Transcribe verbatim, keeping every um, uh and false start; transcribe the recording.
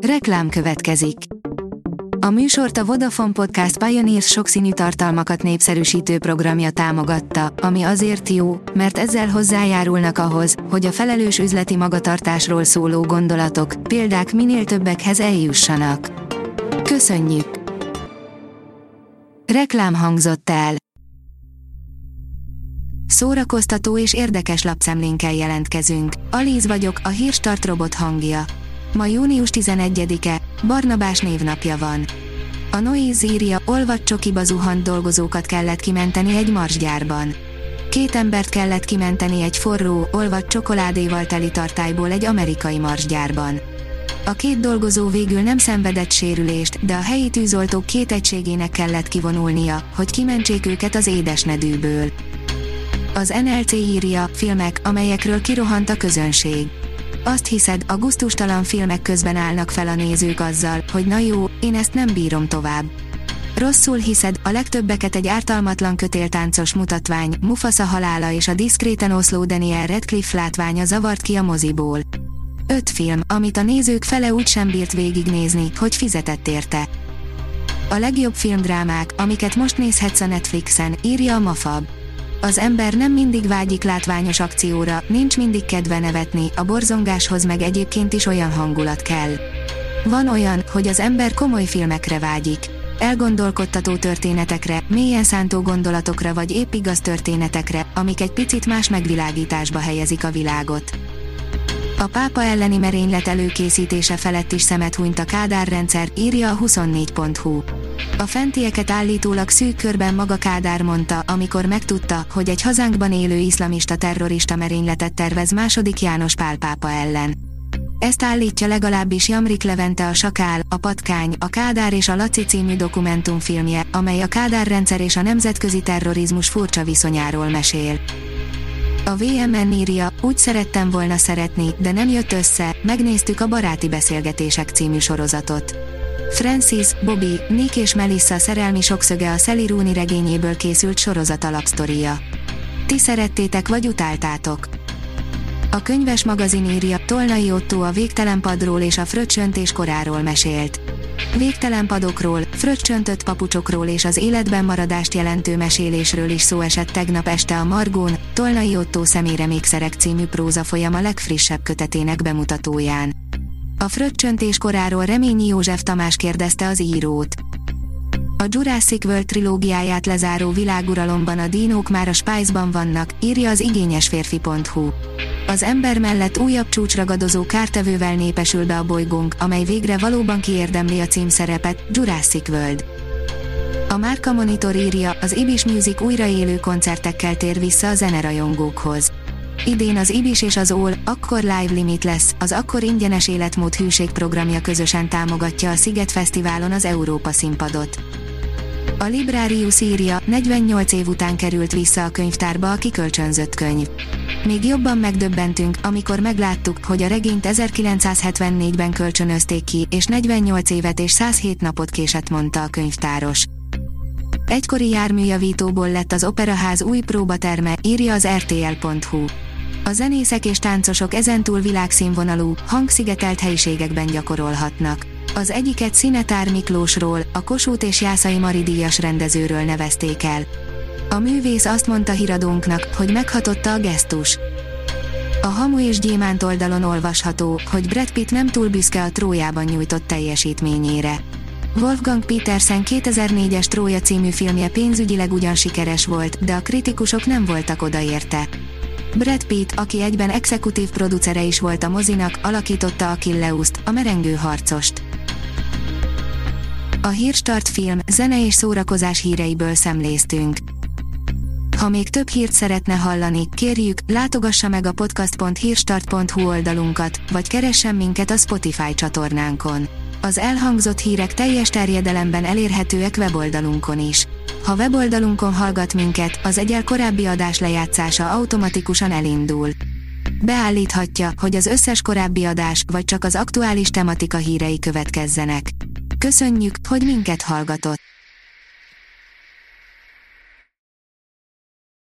Reklám következik. A műsort a Vodafone Podcast Pioneers sokszínű tartalmakat népszerűsítő programja támogatta, ami azért jó, mert ezzel hozzájárulnak ahhoz, hogy a felelős üzleti magatartásról szóló gondolatok, példák minél többekhez eljussanak. Köszönjük! Reklám hangzott el. Szórakoztató és érdekes lapszemlénkkel jelentkezünk. Alíz vagyok, a Hírstart robot hangja. Ma június tizenegyedike, Barnabás névnapja van. A Noise írja, olvadt csokiba zuhant dolgozókat kellett kimenteni egy marsgyárban. Két embert kellett kimenteni egy forró, olvadt csokoládéval teli tartályból egy amerikai marsgyárban. A két dolgozó végül nem szenvedett sérülést, de a helyi tűzoltók két egységének kellett kivonulnia, hogy kimentsék őket az édesnedűből. Az en el cé írja, filmek, amelyekről kirohant a közönség. Azt hiszed, a gusztustalan filmek közben állnak fel a nézők azzal, hogy na jó, én ezt nem bírom tovább. Rosszul hiszed, a legtöbbeket egy ártalmatlan kötéltáncos mutatvány, Mufasa halála és a diszkréten oszló Daniel Radcliffe látványa zavart ki a moziból. Öt film, amit a nézők fele úgy sem bírt végignézni, hogy fizetett érte. A legjobb filmdrámák, amiket most nézhetsz a Netflixen, írja a Mafab. Az ember nem mindig vágyik látványos akcióra, nincs mindig kedve nevetni, a borzongáshoz meg egyébként is olyan hangulat kell. Van olyan, hogy az ember komoly filmekre vágyik. Elgondolkodtató történetekre, mélyen szántó gondolatokra vagy épp igaz történetekre, amik egy picit más megvilágításba helyezik a világot. A pápa elleni merénylet előkészítése felett is szemet hunyt a Kádár rendszer, írja a huszonnégy pont hu. A fentieket állítólag szűk körben maga Kádár mondta, amikor megtudta, hogy egy hazánkban élő iszlamista terrorista merényletet tervez második János Pál pápa ellen. Ezt állítja legalábbis Jamrik Levente a Sakál, a Patkány, a Kádár és a Laci című dokumentumfilmje, amely a Kádár rendszer és a nemzetközi terrorizmus furcsa viszonyáról mesél. A vé em en írja, úgy szerettem volna szeretni, de nem jött össze, megnéztük a Baráti beszélgetések című sorozatot. Francis, Bobby, Nick és Melissa szerelmi sokszöge a Sally Rooney regényéből készült sorozat alapsztoria. Ti szerettétek vagy utáltátok? A Könyves magazin írja, Tolnai Ottó a végtelen padról és a fröccsöntés koráról mesélt. Végtelen padokról, fröccsöntött papucsokról és az életben maradást jelentő mesélésről is szó esett tegnap este a Margón, Tolnai Ottó Szeméremékszerek című prózafolyam a legfrissebb kötetének bemutatóján. A fröccsöntés koráról Reményi József Tamás kérdezte az írót. A Jurassic World trilógiáját lezáró világuralomban a dinók már a Spice-ban vannak, írja az igényesférfi pont hu. Az ember mellett újabb csúcsragadozó kártevővel népesül be a bolygónk, amely végre valóban kiérdemli a címszerepet, Jurassic World. A Márka Monitor írja, az Ibis Music újraélő koncertekkel tér vissza a zenerajongókhoz. Idén az Ibis és az All, Akkor Live Limit lesz, az Akkor ingyenes életmód hűség programja közösen támogatja a Sziget Fesztiválon az Európa színpadot. A Librarius írja, negyvennyolc év után került vissza a könyvtárba a kikölcsönzött könyv. Még jobban megdöbbentünk, amikor megláttuk, hogy a regényt ezerkilencszázhetvennégyben kölcsönözték ki, és negyvennyolc évet és százhét napot késett, mondta a könyvtáros. Egykori járműjavítóból lett az Operaház új próbaterme, írja az er té el pont hu. A zenészek és táncosok ezentúl világszínvonalú, hangszigetelt helyiségekben gyakorolhatnak. Az egyiket Szinetár Miklósról, a Kossuth és Jászai Mari díjas rendezőről nevezték el. A művész azt mondta híradónknak, hogy meghatotta a gesztus. A Hamu és Gyémánt oldalon olvasható, hogy Brad Pitt nem túl büszke a Trójában nyújtott teljesítményére. Wolfgang Petersen kétezer-négyes Trója című filmje pénzügyileg ugyan sikeres volt, de a kritikusok nem voltak oda érte. Brad Pitt, aki egyben exekutív producere is volt a mozinak, alakította Achilleuszt, a merengő harcost. A Hírstart film, zene és szórakozás híreiből szemléztünk. Ha még több hírt szeretne hallani, kérjük, látogassa meg a podcast pont hírstart pont hu oldalunkat, vagy keressen minket a Spotify csatornánkon. Az elhangzott hírek teljes terjedelemben elérhetőek weboldalunkon is. Ha weboldalunkon hallgat minket, az egyel korábbi adás lejátszása automatikusan elindul. Beállíthatja, hogy az összes korábbi adás, vagy csak az aktuális tematika hírei következzenek. Köszönjük, hogy minket hallgatott!